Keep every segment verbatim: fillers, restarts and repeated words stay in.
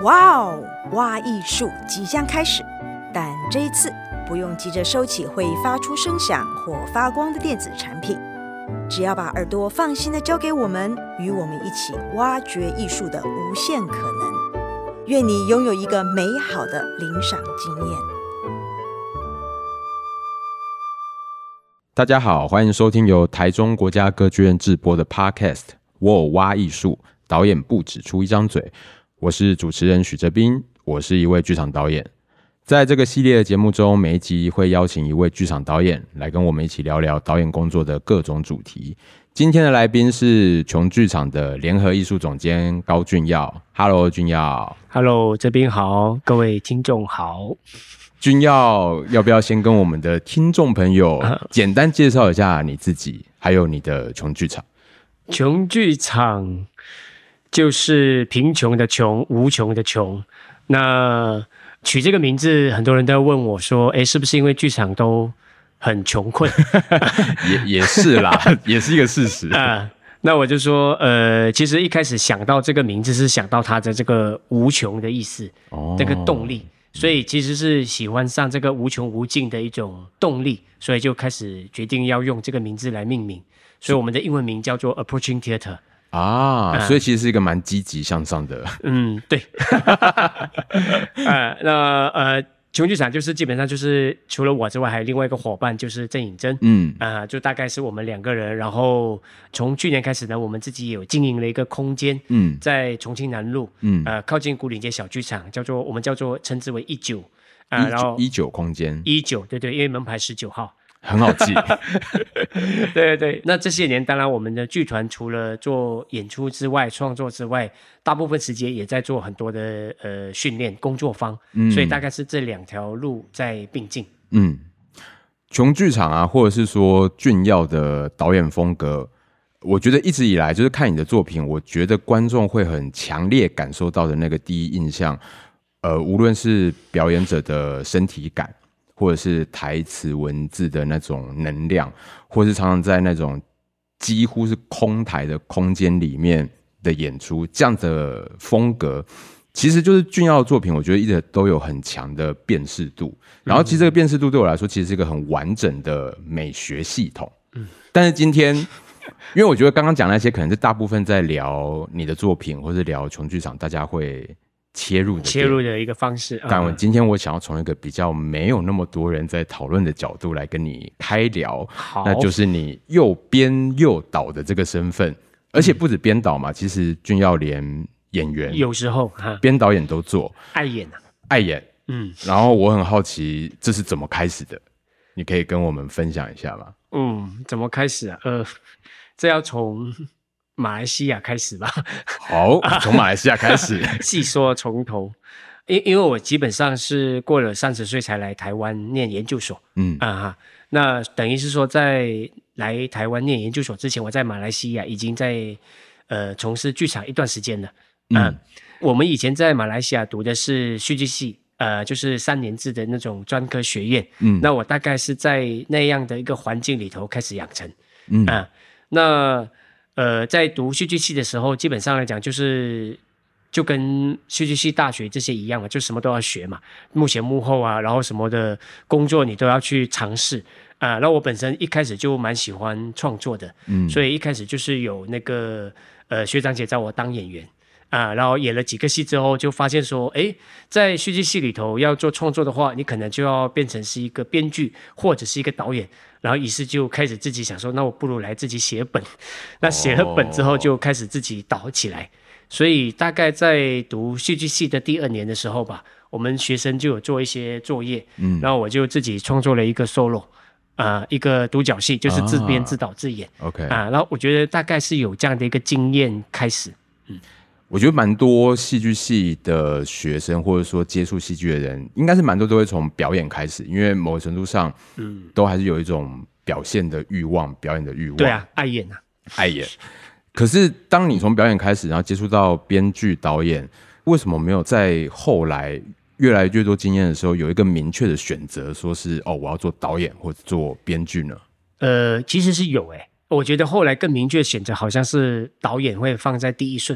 哇哦，挖艺术即将开始，但这一次不用急着收起会发出声响或发光的电子产品，只要把耳朵放心的交给我们，与我们一起挖掘艺术的无限可能。愿你拥有一个美好的领赏经验。 大家好，欢迎收听由台中国家歌剧院制播的 Podcast《我有挖艺术》，导演不只出一张嘴。我是主持人许哲斌，我是一位剧场导演。在这个系列的节目中，每一集会邀请一位剧场导演来跟我们一起聊聊导演工作的各种主题。今天的来宾是琼剧场的联合艺术总监高俊耀。Hello， 俊耀。 Hello， 哲斌好，各位听众好。 俊耀，要不要先跟我们的听众朋友简单介绍一下你自己，还有你的琼剧场？ 琼剧场就是贫穷的穷，无穷的穷。那取这个名字，很多人都问我说：“哎，是不是因为剧场都很穷困？” 也也是啦，也是一个事实啊、呃。那我就说，呃，其实一开始想到这个名字，是想到它的这个无穷的意思，哦、这个动力。所以其实是喜欢上这个无穷无尽的一种动力，所以就开始决定要用这个名字来命名。所以我们的英文名叫做 Approaching Theatre 啊、嗯，所以其实是一个蛮积极向上的。 嗯，对。呃，那呃，琼剧场就是基本上就是除了我之外，还有另外一个伙伴就是郑颖珍。嗯，啊、呃，就大概是我们两个人。然后从去年开始呢，我们自己有经营了一个空间，嗯，在重庆南路，嗯，呃，靠近古岭街小剧场，叫做我们叫做称之为一九， 啊，然后一九空间， 一九，对对，因为门牌十九号。 很好记。 对对对，那这些年当然我们的剧团除了做演出之外，创作之外，大部分时间也在做很多的呃训练工作坊、嗯、所以大概是这两条路在并进。 嗯，琼剧场啊，或者是说俊耀的导演风格，我觉得一直以来就是看你的作品，我觉得观众会很强烈感受到的那个第一印象，呃，无论是表演者的身体感，或者是台词文字的那种能量，或是常常在那种几乎是空台的空间里面的演出，这样的风格其实就是俊耀的作品，我觉得一直都有很强的辨识度。然后其实这个辨识度对我来说其实是一个很完整的美学系统。嗯，但是今天因为我觉得刚刚讲那些可能是大部分在聊你的作品或是聊琼剧场大家会切入的切入的一个方式， 但我今天我想要从一个比较没有那么多人在讨论的角度来跟你开聊，那就是你又编又导的这个身份，而且不止编导嘛，其实俊耀连演员有时候编导演都做， 爱演啊， 爱演，嗯，然后我很好奇这是怎么开始的，你可以跟我们分享一下吗？ 嗯，怎么开始啊？呃，这要从马来西亚开始吧。 好，从马来西亚开始细说从头。因因为我基本上是过了三十岁才来台湾念研究所，嗯啊哈，那等于是说在来台湾念研究所之前，我在马来西亚已经在呃从事剧场一段时间了。嗯、呃，我们以前在马来西亚读的是戏剧系，呃，就是三年制的那种专科学院。嗯，那我大概是在那样的一个环境里头开始养成。嗯啊，那。呃，在读戏剧系的时候，基本上来讲就是就跟戏剧系大学这些一样嘛，就什么都要学嘛，幕前幕后啊，然后什么的工作你都要去尝试啊。然后我本身一开始就蛮喜欢创作的，嗯，所以一开始就是有那个呃学长姐找我当演员啊，然后演了几个戏之后，就发现说，哎，在戏剧系里头要做创作的话，你可能就要变成是一个编剧或者是一个导演。然后于是就开始自己想说，那我不如来自己写本。那写了本之后就开始自己导起来。所以大概在读戏剧系的第二年的时候吧，我们学生就有做一些作业，嗯，然后我就自己创作了一个 solo， 啊、呃，一个独角戏，就是自编自导自演。OK， 啊，然后我觉得大概是有这样的一个经验开始。嗯， 我觉得蛮多戏剧系的学生，或者说接触戏剧的人，应该是蛮多都会从表演开始，因为某个程度上，嗯，都还是有一种表现的欲望，表演的欲望。 对啊，爱演啊， 爱演。可是当你从表演开始，然后接触到编剧、导演，为什么没有在后来越来越多经验的时候，有一个明确的选择，说是哦，我要做导演或者做编剧呢？ 呃，其实是有诶、欸，我觉得后来更明确的选择好像是导演会放在第一顺位。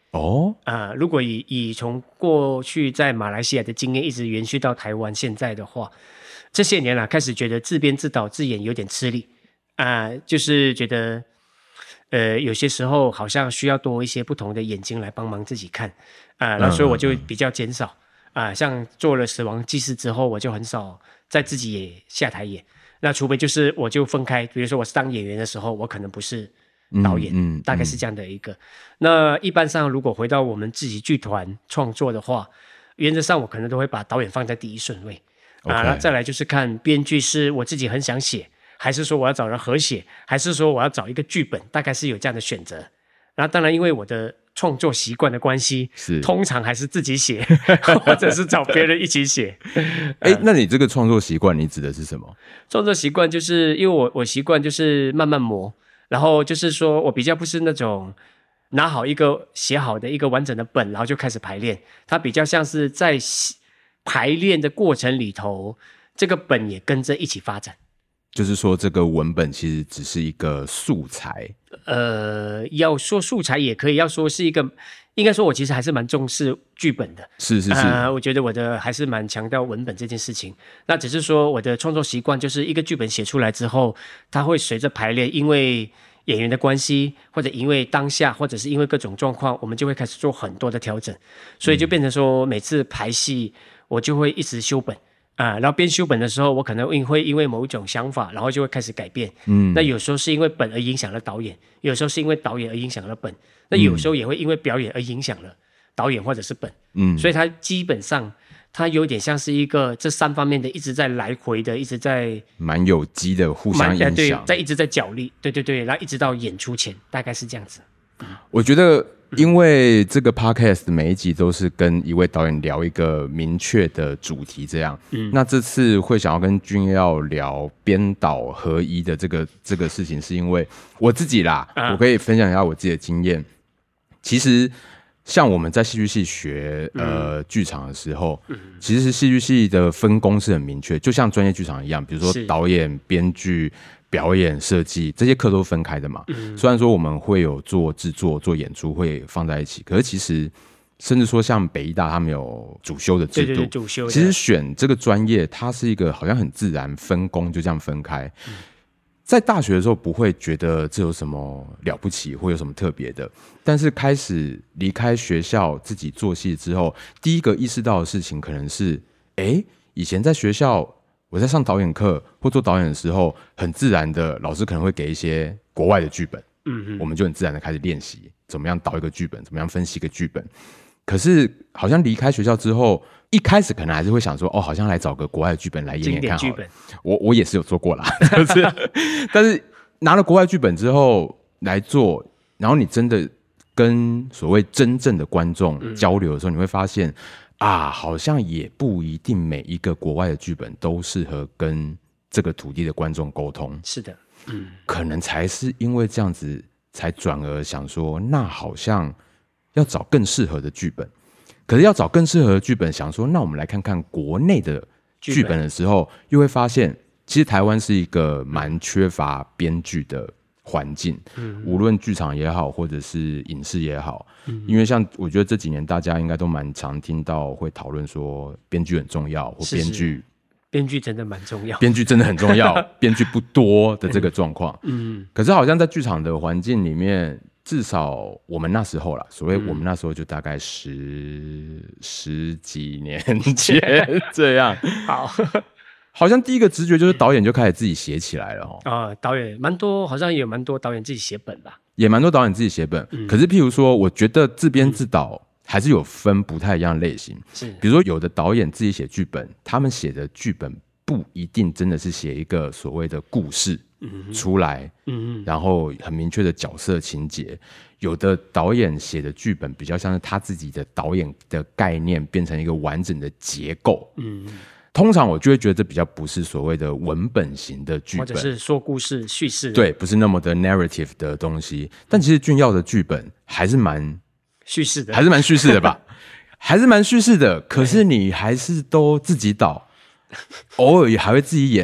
哦， 啊、呃，如果以以从过去在马来西亚的经验一直延续到台湾现在的话，这些年啊，开始觉得自编自导自演有点吃力啊、呃，就是觉得呃有些时候好像需要多一些不同的眼睛来帮忙自己看啊、呃，那所以我就比较减少啊、呃，像做了《死亡祭司》之后，我就很少再自己也下台演，那除非就是我就分开，比如说我是当演员的时候，我可能不是导演，嗯嗯嗯、大概是这样的一个。那一般上，如果回到我们自己剧团创作的话，原则上我可能都会把导演放在第一顺位啊。那再来就是看编剧是我自己很想写，还是说我要找人合写，还是说我要找一个剧本，大概是有这样的选择。那当然，因为我的创作习惯的关系，是通常还是自己写，或者是找别人一起写。 哎、欸，那你这个创作习惯，你指的是什么？ 创作习惯就是因为我我习惯就是慢慢磨。然后就是说我比较不是那种拿好一个写好的一个完整的本，然后就开始排练。它比较像是在排练的过程里头，这个本也跟着一起发展。 就是说，这个文本其实只是一个素材。 呃，要说素材也可以，要说是一个，应该说我其实还是蛮重视剧本的。 是是是， 呃、我觉得我的还是蛮强调文本这件事情。那只是说我的创作习惯就是一个剧本写出来之后，它会随着排练，因为演员的关系，或者因为当下，或者是因为各种状况，我们就会开始做很多的调整，所以就变成说每次排戏我就会一直修本。啊，然后编修本的时候，我可能会因为某一种想法，然后就会开始改变。嗯，那有时候是因为本而影响了导演，有时候是因为导演而影响了本，那有时候也会因为表演而影响了导演或者是本。嗯，所以它基本上它有点像是一个这三方面的一直在来回的，一直在蛮有机的互相影响， 对，在一直在角力，对对对，然后一直到演出前，大概是这样子。 我觉得。因为这个 podcast 每一集都是跟一位导演聊一个明确的主题，这样。嗯，那这次会想要跟君耀聊编导合一的这个这个事情，是因为我自己啦，啊、我可以分享一下我自己的经验。其实，像我们在戏剧系学呃剧场的时候，嗯、其实戏剧系的分工是很明确，就像专业剧场一样，比如说导演、编剧。表演设计这些课都分开的嘛、嗯、虽然说我们会有做制作做演出会放在一起，可是其实甚至说像北艺大他们有主修的制度， 对对对，主修的其实选这个专业它是一个好像很自然分工就这样分开、嗯、在大学的时候不会觉得这有什么了不起或有什么特别的，但是开始离开学校自己做戏之后，第一个意识到的事情可能是哎，以前在学校我在上导演课或做导演的时候，很自然的老师可能会给一些国外的剧本，嗯，我们就很自然的开始练习怎么样导一个剧本，怎么样分析一个剧本。可是好像离开学校之后，一开始可能还是会想说，哦，好像来找个国外的剧本来演演看好了。我我也是有做过啦，就是但是拿了国外剧本之后来做，然后你真的跟所谓真正的观众交流的时候，嗯、你会发现。啊，好像也不一定每一个国外的剧本都适合跟这个土地的观众沟通。 是的，嗯， 可能才是因为这样子，才转而想说，那好像要找更适合的剧本。可是要找更适合的剧本，想说，那我们来看看国内的剧本的时候，又会发现，其实台湾是一个蛮缺乏编剧的环境，嗯、无论剧场也好，或者是影视也好，嗯、因为像我觉得这几年大家应该都蛮常听到会讨论说编剧很重要，或编剧编剧真的蛮重要， 编剧真的很重要，编剧不多的这个状况。嗯，可是好像在剧场的环境里面，至少我们那时候啦，所谓我们那时候就大概十、嗯、十几年前这样。 好。 好像第一个直觉就是导演就开始自己写起来了哦。 啊、呃，导演蛮多，好像也有蛮多导演自己写本吧， 也蛮多导演自己写本。嗯、可是譬如说，我觉得自编自导还是有分不太一样的类型。是，比如说有的导演自己写剧本，他们写的剧本不一定真的是写一个所谓的故事出来，嗯、然后很明确的角色情节。有的导演写的剧本比较像是他自己的导演的概念变成一个完整的结构。嗯。通常我就会觉得这比较不是所谓的文本型的剧本， 或者是说故事叙事的， 对，不是那么的 narrative 的东西。但其实俊耀的剧本还是蛮叙事的， 还是蛮叙事的吧，还是蛮叙事的。可是你还是都自己导，偶尔也还会自己演。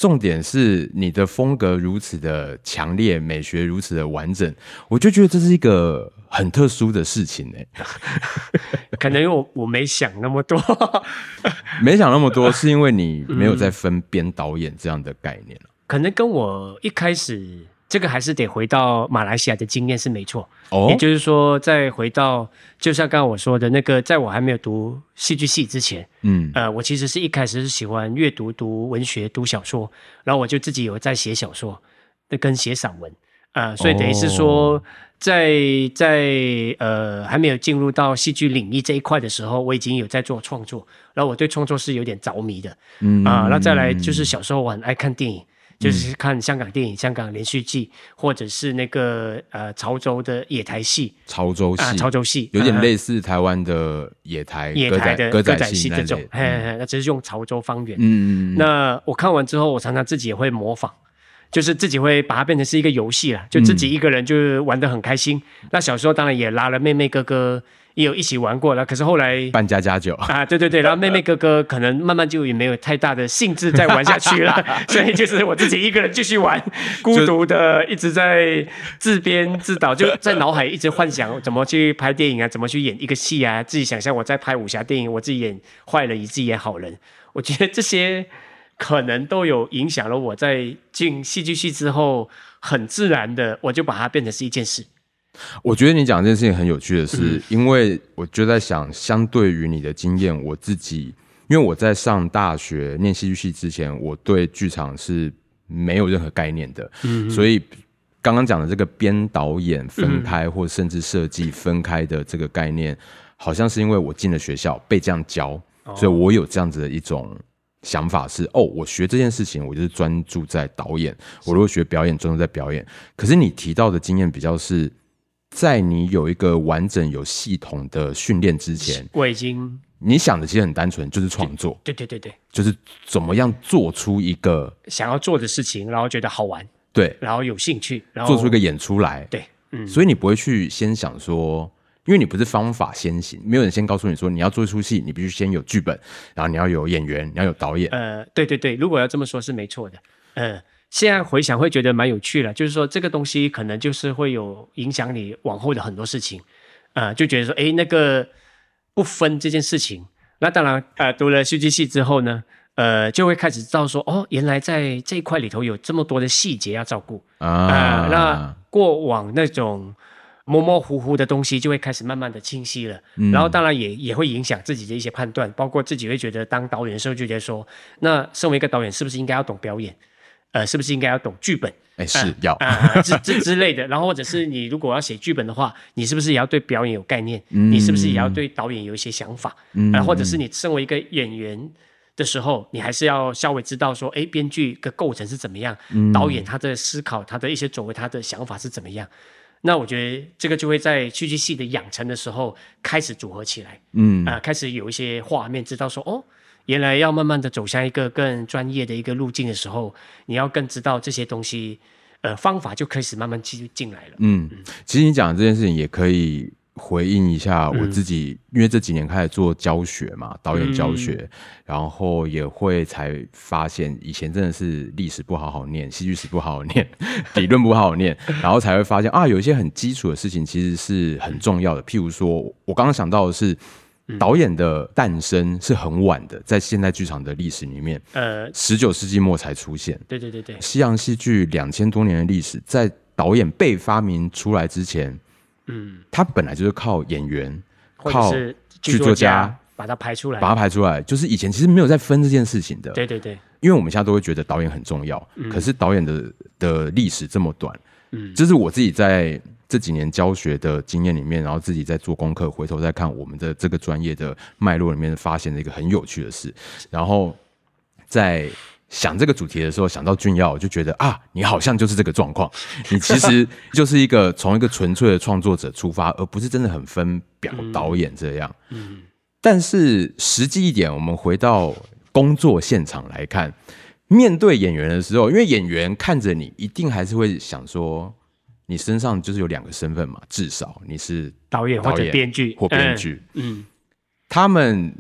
重点是你的风格如此的强烈，美学如此的完整，我就觉得这是一个很特殊的事情呢、欸。 可能我我没想那么多， 没想那么多，是因为你没有在分编导演这样的概念、啊嗯、 可能跟我一开始这个还是得回到马来西亚的经验是没错。 哦， 也就是说，再回到就像刚刚我说的那个，在我还没有读戏剧系之前，嗯，呃，我其实是一开始是喜欢阅读、读文学、读小说，然后我就自己有在写小说，跟写散文，呃，所以等于是说，在在呃还没有进入到戏剧领域这一块的时候，我已经有在做创作，然后我对创作是有点着迷的，嗯啊，那、呃、再来就是小时候我很爱看电影。就是看香港电影、香港连续剧，或者是那个呃潮州的野台戏， 潮州戏、 啊，潮州戏有点类似台湾的野台、 野台的歌仔戏这种，嘿嘿，那只是用潮州方言。 嗯， 那我看完之后，我常常自己也会模仿，就是自己会把它变成是一个游戏啦，就自己一个人就玩得很开心。嗯、那小时候当然也拉了妹妹哥哥。也有一起玩过了，可是后来扮家家酒啊，对对对，然后妹妹哥哥可能慢慢就也没有太大的兴致再玩下去了，所以就是我自己一个人继续玩，孤独的一直在自编自导，就在脑海一直幻想怎么去拍电影啊，怎么去演一个戏啊，自己想象我在拍武侠电影，我自己演坏人，自己演好人，我觉得这些可能都有影响了我在进戏剧系之后，很自然的我就把它变成是一件事。 我觉得你讲这件事情很有趣的是、嗯、因为我就在想相对于你的经验，我自己因为我在上大学念戏剧系之前，我对剧场是没有任何概念的、嗯、所以刚刚讲的这个编导演分开、嗯、或甚至设计分开的这个概念，好像是因为我进了学校被这样教、哦、所以我有这样子的一种想法是，哦，我学这件事情我就是专注在导演，我如果学表演专注在表演。可是你提到的经验比较是在你有一个完整有系统的训练之前， 我已经你想的其实很单纯，就是创作。 对对对对， 就是怎么样做出一个想要做的事情，然后觉得好玩， 对， 然后有兴趣，然后做出一个演出来， 对，嗯， 所以你不会去先想说，因为你不是方法先行，没有人先告诉你说你要做一出戏，你必须先有剧本，然后你要有演员，你要有导演。 呃，对对对，如果要这么说是没错的，嗯、呃。现在回想会觉得蛮有趣的，就是说这个东西可能就是会有影响你往后的很多事情，呃，就觉得说，哎，那个不分这件事情，那当然，呃，读了戏剧系之后呢，呃，就会开始知道说，哦，原来在这一块里头有这么多的细节要照顾啊、呃，那过往那种模模糊糊的东西就会开始慢慢的清晰了，嗯、然后当然也也会影响自己的一些判断，包括自己会觉得当导演的时候就觉得说，那身为一个导演是不是应该要懂表演？呃，是不是应该要懂剧本？ 哎、欸，是、呃、要啊、呃，之之之类的。然后或者是你如果要写剧本的话，你是不是也要对表演有概念？嗯、你是不是也要对导演有一些想法？嗯、呃，或者是你身为一个演员的时候，你还是要稍微知道说，哎，编剧的构成是怎么样？嗯、导演他的思考、他的一些作为、他的想法是怎么样？那我觉得这个就会在戏剧系的养成的时候开始组合起来，嗯，啊、呃，开始有一些画面，知道说，哦。原来要慢慢的走向一个更专业的一个路径的时候，你要更知道这些东西，呃，方法就开始慢慢进进来了。嗯， 嗯其实你讲的这件事情也可以回应一下我自己，嗯、因为这几年开始做教学嘛，导演教学，嗯、然后也会才发现以前真的是历史不好好念，戏剧史不好好念，理论不好好念，然后才会发现啊，有一些很基础的事情其实是很重要的。譬如说，我刚刚想到的是。导演的诞生是很晚的，在现代剧场的历史里面，呃，十九世纪末才出现。 对对对对， 西洋戏剧两千多年的历史，在导演被发明出来之前，嗯，他本来就是靠演员，靠剧作家把它排出来， 把它排出来。就是以前其实没有在分这件事情的。 对对对， 因为我们现在都会觉得导演很重要，嗯、可是导演的的历史这么短，嗯，这是我自己在。这几年教学的经验里面，然后自己在做功课，回头再看我们的这个专业的脉络里面，发现了一个很有趣的事。然后在想这个主题的时候，想到俊耀，我就觉得啊，你好像就是这个状况。你其实就是一个从一个纯粹的创作者出发，而不是真的很分表导演这样。嗯，但是实际一点，我们回到工作现场来看，面对演员的时候，因为演员看着你，一定还是会想说。你身上就是有两个身份嘛，至少你是导演或者编剧或编剧。 嗯，嗯他们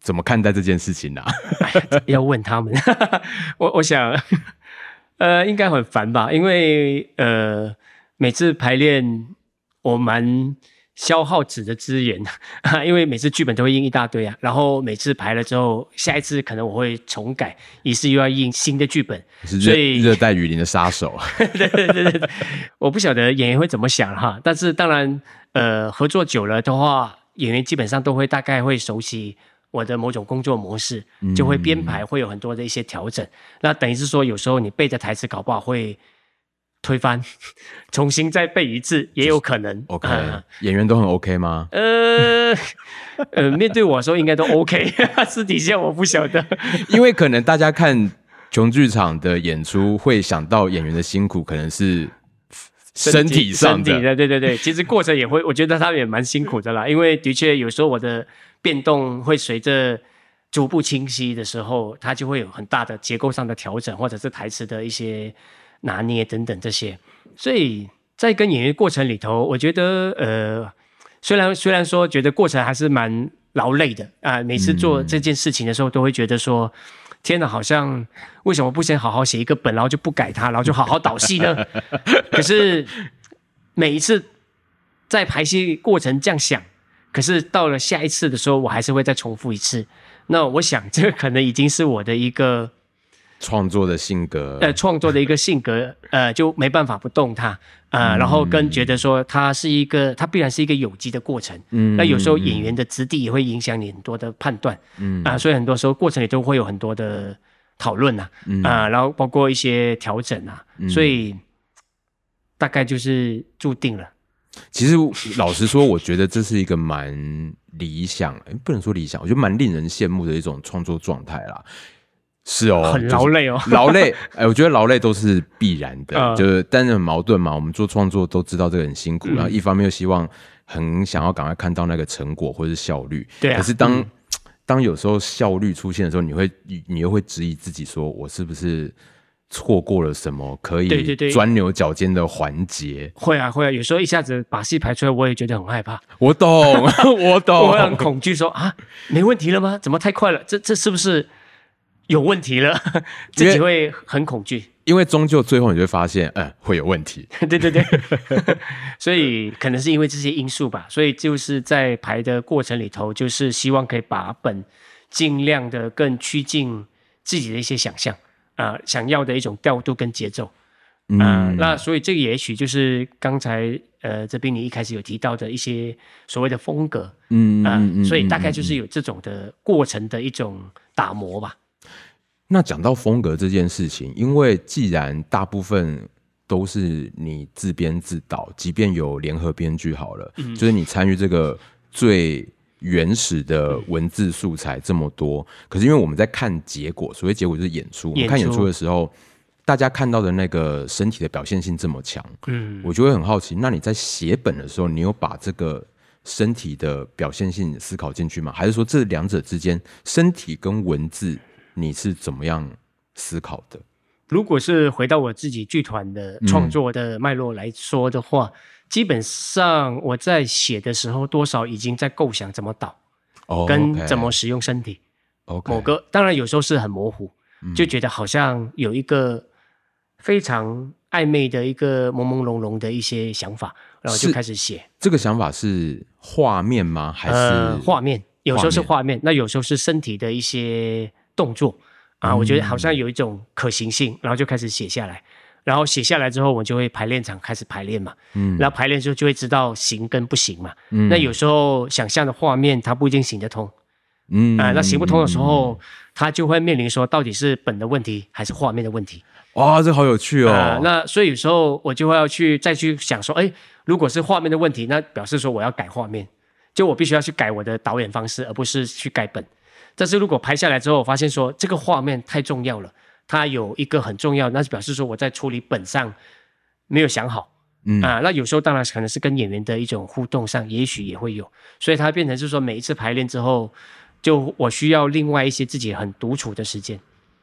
怎么看待这件事情啊？ 要问他们，我我想，呃，应该很烦吧，因为呃，每次排练我蛮消耗纸的资源，因为每次剧本都会印一大堆啊，然后每次排了之后，下一次可能我会重改，于是又要印新的剧本， 是所以热带雨林的杀手。 对对对对，我不晓得演员会怎么想哈，但是当然，呃，合作久了的话，演员基本上都会大概会熟悉我的某种工作模式，就会编排会有很多的一些调整。嗯、那等于是说，有时候你背的台词搞不好会推翻，重新再背一次也有可能。 OK，、呃、演员都很 OK 吗？ 呃呃，面对我说应该都 OK， 私底下我不晓得， 因为可能大家看琼剧场的演出会想到演员的辛苦，可能是身体上的， 身体的，对对对，其实过程也会，我觉得他们也蛮辛苦的啦，因为的确有时候我的变动会随着逐步清晰的时候，它就会有很大的结构上的调整，或者是台词的一些拿捏等等这些。所以在跟演员过程里头，我觉得呃，虽然虽然说觉得过程还是蛮劳累的啊、呃，每次做这件事情的时候，都会觉得说。天哪，好像为什么不先好好写一个本，然后就不改它，然后就好好导戏呢？可是每一次在排戏过程这样想，可是到了下一次的时候，我还是会再重复一次。那我想，这可能已经是我的一个创作的性格， 呃，创作的一个性格，呃，就没办法不动它。啊、呃，然后跟觉得说它是一个，它必然是一个有机的过程。嗯，那有时候演员的质地也会影响你很多的判断。嗯啊、呃，所以很多时候过程里都会有很多的讨论啊，嗯啊、呃，然后包括一些调整啊，嗯、所以大概就是注定了。 其实老实说，我觉得这是一个蛮理想，不能说理想，我觉得蛮令人羡慕的一种创作状态啦。是哦， 很劳累哦， 劳累。哎，我觉得劳累都是必然的，呃、就是但是很矛盾嘛。我们做创作都知道这个很辛苦，嗯、然后一方面又希望很想要赶快看到那个成果或者是效率。 对啊。 可是当、 嗯、 当有时候效率出现的时候，你会你又会质疑自己说，我是不是错过了什么可以钻牛角尖的环节？ 会啊会啊，有时候一下子把戏排出来，我也觉得很害怕。 我懂，我懂， 我很恐惧说啊，没问题了吗？怎么太快了？这这是不是？有问题了，自己会很恐惧， 因为终究最后你就会发现，嗯，会有问题。 对对对，所以可能是因为这些因素吧，所以就是在排的过程里头，就是希望可以把本尽量的更趋近自己的一些想象啊、呃，想要的一种调度跟节奏啊、嗯呃。那所以这个也许就是刚才呃这边你一开始有提到的一些所谓的风格，嗯啊、呃，所以大概就是有这种的过程的一种打磨吧。 那讲到风格这件事情，因为既然大部分都是你自编自导，即便有联合编剧好了，嗯、就是你参与这个最原始的文字素材这么多，可是因为我们在看结果，所谓结果就是演出，我们看演出的时候，大家看到的那个身体的表现性这么强，嗯，我就会很好奇，那你在写本的时候，你有把这个身体的表现性思考进去吗？还是说这两者之间，身体跟文字？你是怎么样思考的？ 如果是回到我自己剧团的创作的脉络来说的话、嗯、基本上我在写的时候多少已经在构想怎么导、oh, 跟怎么使用身体、okay. 某个当然有时候是很模糊、嗯、就觉得好像有一个非常暧昧的一个朦朦胧胧的一些想法，然后就开始写。 这个想法是画面吗？还是画面、呃、有时候是画面，那有时候是身体的一些动作啊，我觉得好像有一种可行性，然后就开始写下来，然后写下来之后，我就会排练场开始排练嘛，嗯，然后排练之后就会知道行跟不行嘛，嗯，那有时候想象的画面它不一定行得通，嗯啊，那行不通的时候，它就会面临说到底是本的问题还是画面的问题。 哇，这好有趣哦、呃！ 那所以有时候我就会要去再去想说，哎，如果是画面的问题，那表示说我要改画面，就我必须要去改我的导演方式，而不是去改本。但是如果拍下来之后，我发现说这个画面太重要了，它有一个很重要，那就表示说我在处理本上没有想好，嗯啊，那有时候当然可能是跟演员的一种互动上，也许也会有，所以它变成是说每一次排练之后，就我需要另外一些自己很独处的时间。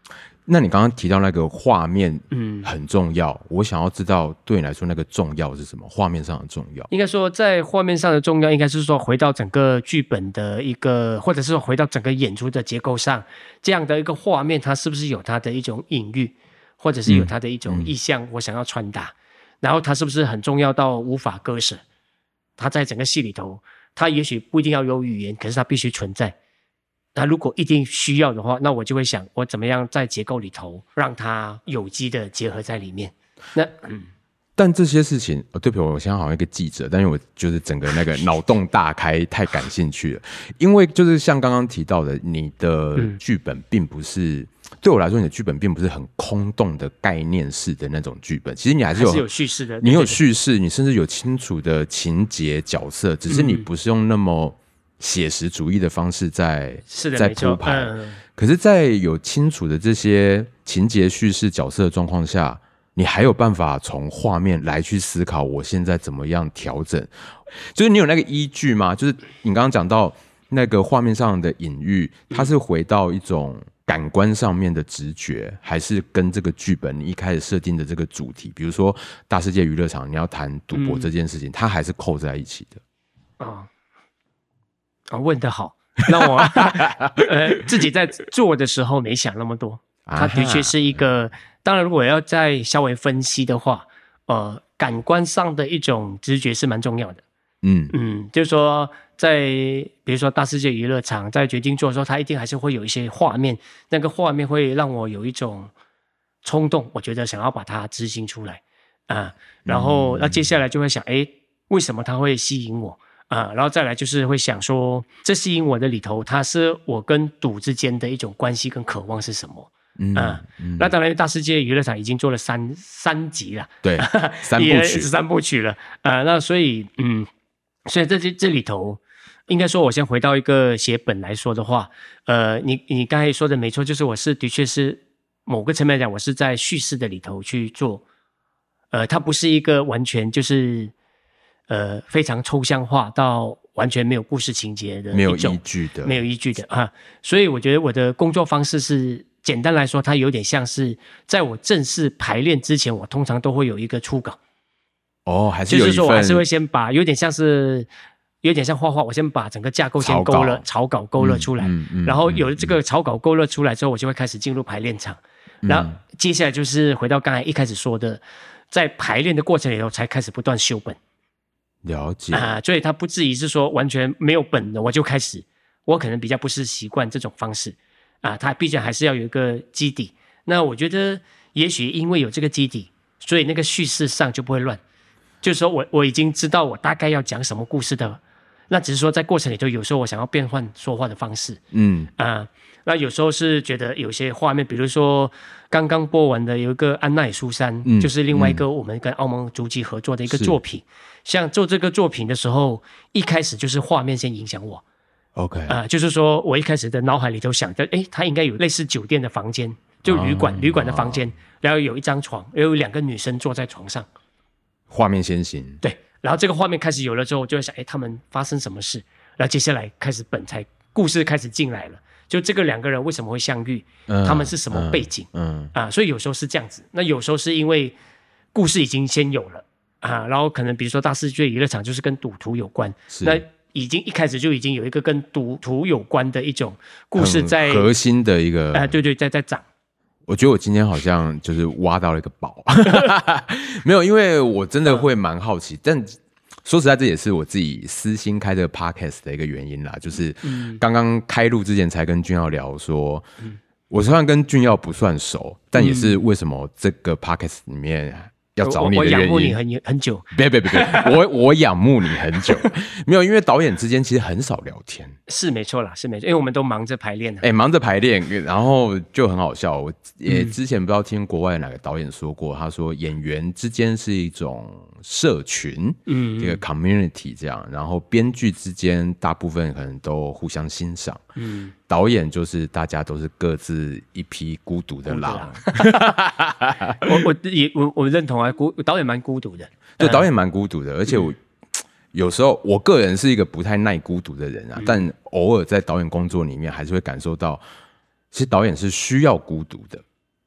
那你刚刚提到那个画面很重要、嗯、我想要知道对你来说那个重要是什么？画面上的重要， 应该说在画面上的重要应该是说回到整个剧本的一个，或者是说回到整个演出的结构上，这样的一个画面它是不是有它的一种隐喻，或者是有它的一种意象我想要传达、嗯嗯、然后它是不是很重要到无法割舍，它在整个戏里头它也许不一定要有语言，可是它必须存在。那如果一定需要的话，那我就会想我怎么样在结构里头让它有机的结合在里面。那嗯， 但这些事情，哦、对不起，我现在好像一个记者，但是我就是整个那个脑洞大开，太感兴趣了。因为就是像刚刚提到的，你的剧本并不是、嗯、对我来说，你的剧本并不是很空洞的概念式的那种剧本，其实你还是有还是有叙事的， 你有叙事，你甚至有清楚的情节角色，只是你不是用那么写实主义的方式在在铺排、嗯，可是，在有清楚的这些情节叙事角色的状况下，你还有办法从画面来去思考我现在怎么样调整，就是你有那个依据吗？就是你刚刚讲到那个画面上的隐喻，它是回到一种感官上面的直觉，还是跟这个剧本你一开始设定的这个主题，比如说大世界娱乐场你要谈赌博这件事情、嗯、它还是扣在一起的？ 哦哦、问得好，那我呃自己在做的时候没想那么多，它的确是一个，当然如果要再稍微分析的话，呃，感官上的一种直觉是蛮重要的。嗯嗯，就是说在比如说大世界娱乐场在决定做的时候，它一定还是会有一些画面，那个画面会让我有一种冲动，我觉得想要把它执行出来啊，然后那接下来就会想，哎，为什么它会吸引我？啊，然后再来就是会想说，这吸引我的里头，它是我跟赌之间的一种关系跟渴望是什么？嗯，啊嗯那当然，大世界娱乐场已经做了三三集了， 对，三部曲， 三部曲了啊。那所以，嗯，所以这这里头，应该说，我先回到一个写本来说的话，呃，你你刚才说的没错，就是我是的确是某个层面来讲，我是在叙事的里头去做，呃，它不是一个完全就是。呃，非常抽象化到完全没有故事情节的， 没有依据的， 没有依据的啊。所以我觉得我的工作方式是，简单来说，它有点像是在我正式排练之前，我通常都会有一个初稿。 哦，还是有一份， 就是说我还是会先把，有点像是，有点像画画，我先把整个架构先勾勒，草稿勾勒出来，嗯嗯、然后有了这个草稿勾勒出来之后，我就会开始进入排练场。嗯、然后接下来就是回到刚才一开始说的，在排练的过程里头，才开始不断修本。 了解啊，所以他不至于是说完全没有本的我就开始，我可能比较不是习惯这种方式啊，他毕竟还是要有一个基底。那我觉得也许因为有这个基底，所以那个叙事上就不会乱，就是说我我已经知道我大概要讲什么故事的，那只是说在过程里头有时候我想要变换说话的方式，嗯啊，那有时候是觉得有些画面，比如说刚刚播完的有一个安娜与苏珊、嗯、就是另外一个我们跟澳门足迹合作的一个作品，像做这个作品的时候，一开始就是画面先影响我 OK 啊、呃，就是说我一开始的脑海里头想着，诶，它应该有类似酒店的房间，就旅馆、哦、旅馆的房间、哦、然后有一张床，有两个女生坐在床上， 画面先行， 对，然后这个画面开始有了之后，我就会想，诶，他们发生什么事，然后接下来开始本才故事开始进来了，就这个两个人为什么会相遇、嗯、他们是什么背景，嗯啊，所以有时候是这样子，那有时候是因为故事已经先有了啊，然后可能比如说大世界娱乐场就是跟赌徒有关，那已经一开始就已经有一个跟赌徒有关的一种故事在核心的一个， 啊，对对，在在长。 我觉得我今天好像就是挖到了一个宝，没有，因为我真的会蛮好奇，但说实在，这也是我自己私心开这个 podcast 的一个原因啦。就是刚刚开录之前才跟君耀聊说，嗯、我虽然跟君耀不算熟，但也是为什么这个 podcast 里面要找你的原因。 我，我仰慕你很很久， 别别别别，我我仰慕你很久，没有，因为导演之间其实很少聊天， 是没错啦，是没错，因为我们都忙着排练， 哎、欸，忙着排练，然后就很好笑。我也之前不知道听国外哪个导演说过，他说演员之间是一种社群，嗯，这个 community 这样，然后编剧之间大部分可能都互相欣赏，嗯。导演就是大家都是各自一匹孤独的狼， 我我也我我认同啊，孤导演蛮孤独的， 对，导演蛮孤独的，而且我、嗯、有时候我个人是一个不太耐孤独的人啊，嗯、但偶尔在导演工作里面还是会感受到，其实导演是需要孤独的，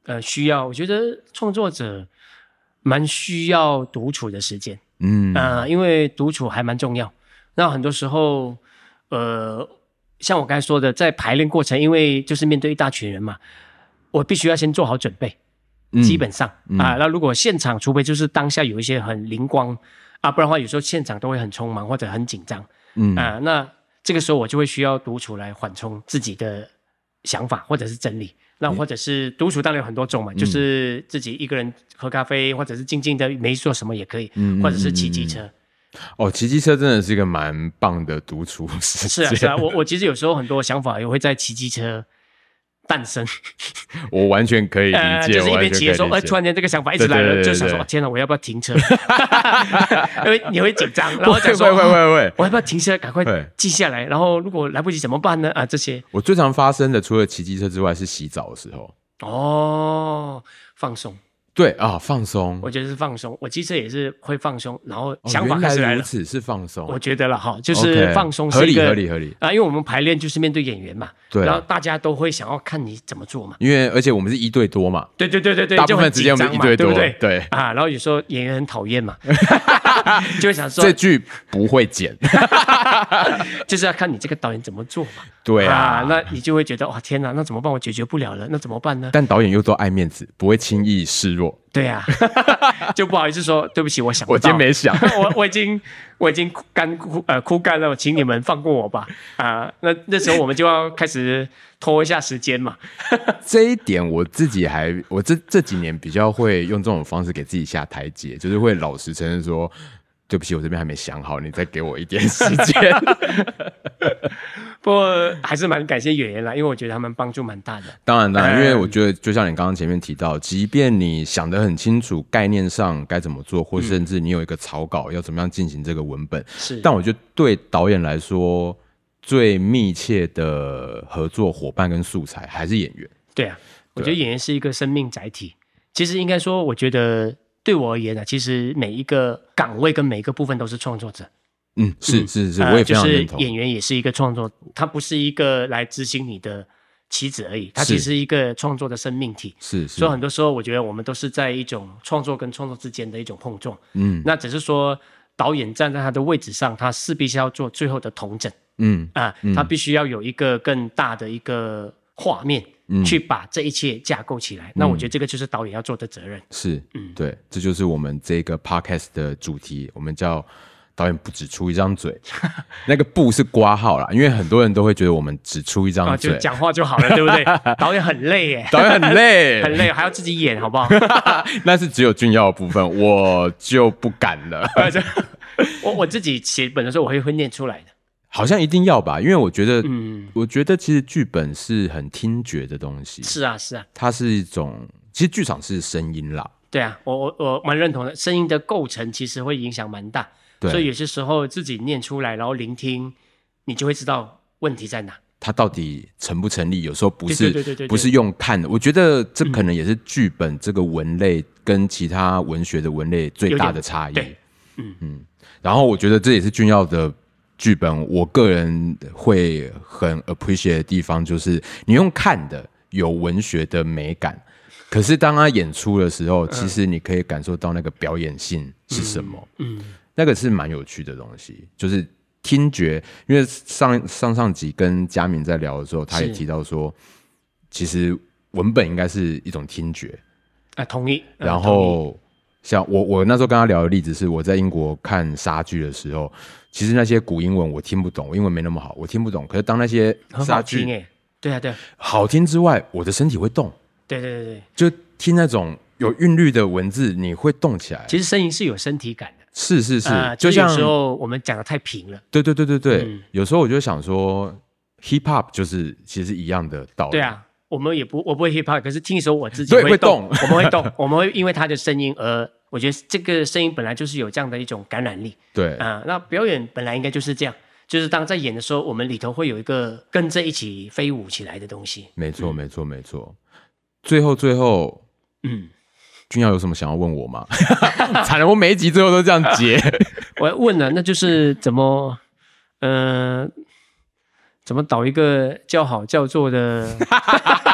呃需要，我觉得创作者蛮需要独处的时间，嗯啊、呃，因为独处还蛮重要。那很多时候，呃，像我刚才说的，在排练过程，因为就是面对一大群人嘛，我必须要先做好准备，嗯、基本上、嗯、啊，那如果现场，除非就是当下有一些很灵光啊，不然的话，有时候现场都会很匆忙或者很紧张，嗯啊，那这个时候我就会需要独处来缓冲自己的想法或者是整理。那或者是独处当然有很多种嘛、嗯、就是自己一个人喝咖啡，或者是静静的没做什么也可以、嗯、或者是骑机车、嗯嗯、哦，骑机车真的是一个蛮棒的独处时间。 是啊是啊，我我其实有时候很多想法也会在骑机车诞生。 我完全可以理解、呃、 就是一边骑的时候、呃、突然间这个想法一直来了，对对对对对，就想说、哦、天哪，我要不要停车？因为你会紧张，然后想说会会会会， 我要不要停车赶快记下来，然后如果来不及怎么办呢？啊，这些我最常发生的除了骑机车之外是洗澡的时候。 哦，放松。 对啊，放松， 我觉得是放松。我机车也是会放松，然后想法开始来了。 哦、原来如此，是放松。 我觉得了哈，就是放松是一个、 okay, 合理合理合理啊，因为我们排练就是面对演员嘛， 对， 然后大家都会想要看你怎么做嘛。 因为而且我们是一对多嘛， 对对对对对， 大部分时间我们一对多， 对不对？ 对啊，然后有时候演员很讨厌嘛，就会想说这句不会剪， 就是要看你这个导演怎么做嘛。 对啊， 啊那你就会觉得哇天哪，那怎么办？我解决不了了，那怎么办呢？ 但导演又都爱面子，不会轻易示弱。 对啊，就不好意思说对不起，我想不到， 我今天没想， 我我已经我已经干枯呃枯干了，请你们放过我吧啊、呃！那那时候我们就要开始拖一下时间嘛。 这一点我自己还我这这几年比较会用这种方式给自己下台阶，就是会老实承认说对不起，我这边还没想好，你再给我一点时间。 不过还是蛮感谢演员啦，因为我觉得他们帮助蛮大的。 当然当然、嗯、因为我觉得就像你刚刚前面提到，即便你想得很清楚概念上该怎么做，或甚至你有一个草稿要怎么样进行这个文本，是、嗯，但我觉得对导演来说最密切的合作伙伴跟素材还是演员。 对啊，我觉得演员是一个生命载体。其实应该说我觉得对我而言啊，其实每一个岗位跟每一个部分都是创作者。 嗯，是是是，我也非常认同、 呃。就是演员也是一个创作，他不是一个来执行你的棋子而已，他其实是一个创作的生命体。 是是， 所以很多时候我觉得我们都是在一种创作跟创作之间的一种碰撞。嗯，那只是说导演站在他的位置上，他势必是要做最后的统整。嗯啊、呃嗯，他必须要有一个更大的一个画面。嗯、去把这一切架构起来、嗯、那我觉得这个就是导演要做的责任。 是、嗯、对，这就是我们这个 podcast 的主题，我们叫导演不只出一张嘴。那个不是括号啦，因为很多人都会觉得我们只出一张嘴、 啊、就讲话就好了，对不对？导演很累耶， 导演很累很累，还要自己演，好不好？ 那是只有俊耀的部分，我就不敢了。 我我自己写本的时候我会会念出来的， 好像一定要吧，因为我觉得，嗯，我觉得其实剧本是很听觉的东西。 是啊，是啊， 它是一种，其实剧场是声音啦。 对啊，我我我蛮认同的，声音的构成其实会影响蛮大，对，所以有些时候自己念出来，然后聆听，你就会知道问题在哪。 它到底成不成立？有时候不是，对对对对对，不是用看的。我觉得这可能也是剧本这个文类跟其他文学的文类最大的差异。对，嗯嗯。然后我觉得这也是俊耀的剧本，我个人会很 appreciate 的地方，就是你用看的有文学的美感，可是当他演出的时候，其实你可以感受到那个表演性是什么。嗯，嗯那个是蛮有趣的东西，就是听觉。因为上上上集跟嘉明在聊的时候，他也提到说，其实文本应该是一种听觉。 啊，同意。 嗯、然后像我我那时候跟他聊的例子是，我在英国看莎剧的时候。其实那些古英文我听不懂，我英文没那么好，我听不懂。可是当那些莎剧很好听耶，对啊对啊， 好听之外，我的身体会动。 对对对对， 就听那种有韵律的文字，你会动起来。 其实声音是有身体感的， 是是是， 呃、就像有时候我们讲的太平了。 对对对对对，嗯、有时候我就想说 ，hip hop 就是其实一样的道理。 对啊，我们也不我不会 hip hop， 可是听的时候我自己会动， 会动我们会动，我们会因为他的声音而。我觉得这个声音本来就是有这样的一种感染力， 对啊、呃，那表演本来应该就是这样，就是当在演的时候，我们里头会有一个跟着一起飞舞起来的东西。 没错，嗯、没错，没错。最后，最后，嗯，君耀有什么想要问我吗？惨了，我每一集最后都这样接。 我要问了，那就是怎么，呃，怎么导一个叫好叫座的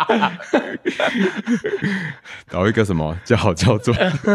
搞一个什么叫叫做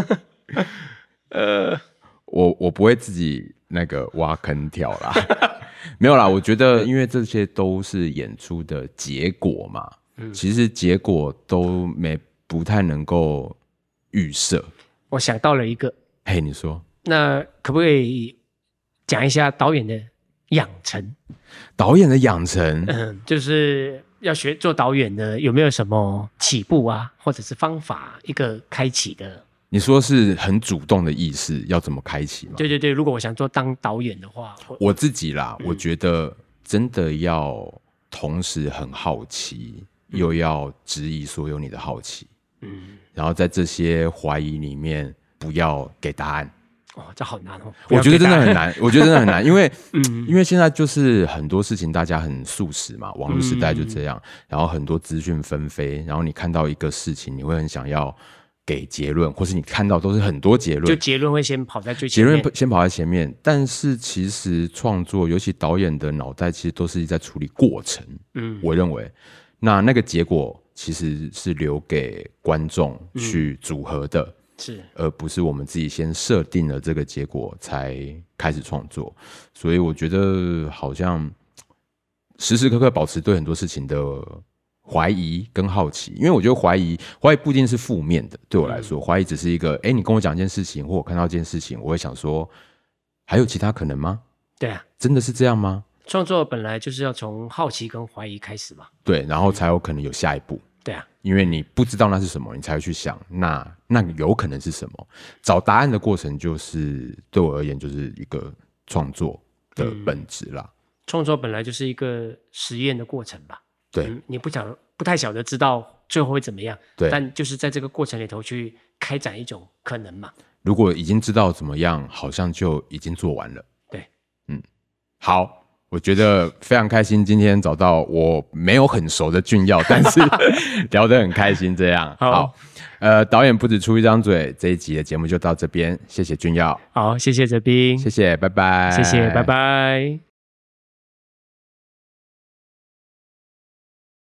呃，我我不会自己那个挖坑跳啦，没有啦。我觉得因为这些都是演出的结果嘛，嗯、其实结果都没不太能够预设。 我想到了一个， 嘿，你说， 那可不可以讲一下导演的养成？ 导演的养成， 嗯，就是要学做导演的，有没有什么起步啊，或者是方法，一个开启的？ 你说是很主动的意识，要怎么开启吗？ 对对对，如果我想做当导演的话， 我自己啦，嗯、我觉得真的要同时很好奇，嗯、又要质疑所有你的好奇，嗯，然后在这些怀疑里面，不要给答案。 哦，这好难哦！ 我觉得真的很难，我觉得真的很难，因为，嗯，因为现在就是很多事情大家很速食嘛，网络时代就这样，嗯、然后很多资讯纷飞，然后你看到一个事情，你会很想要给结论，或是你看到都是很多结论， 就结论会先跑在最前面， 结论先跑在前面。但是其实创作，尤其导演的脑袋，其实都是在处理过程。嗯，我认为，那那个结果其实是留给观众去组合的。嗯是，而不是我们自己先设定了这个结果才开始创作，所以我觉得好像时时刻刻保持对很多事情的怀疑跟好奇，因为我觉得怀疑怀疑不一定是负面的，对我来说，怀疑只是一个，哎，你跟我讲一件事情，或我看到一件事情，我会想说，还有其他可能吗？ 对啊， 真的是这样吗？ 创作本来就是要从好奇跟怀疑开始嘛， 对，然后才有可能有下一步。 对啊， 因为你不知道那是什么，你才会去想那那有可能是什么。找答案的过程，就是对我而言，就是一个创作的本质啦。嗯、 创作本来就是一个实验的过程吧？ 对， 嗯、你不晓不太晓得知道最后会怎么样， 对， 但就是在这个过程里头去开展一种可能嘛。 如果已经知道怎么样，好像就已经做完了。 对， 嗯，好。我觉得非常开心，今天找到我没有很熟的俊耀，但是聊得很开心。这样 好, 好，呃，导演不只出一张嘴，这一集的节目就到这边，谢谢俊耀， 好，谢谢哲斌， 谢谢，拜拜， 谢谢，拜拜。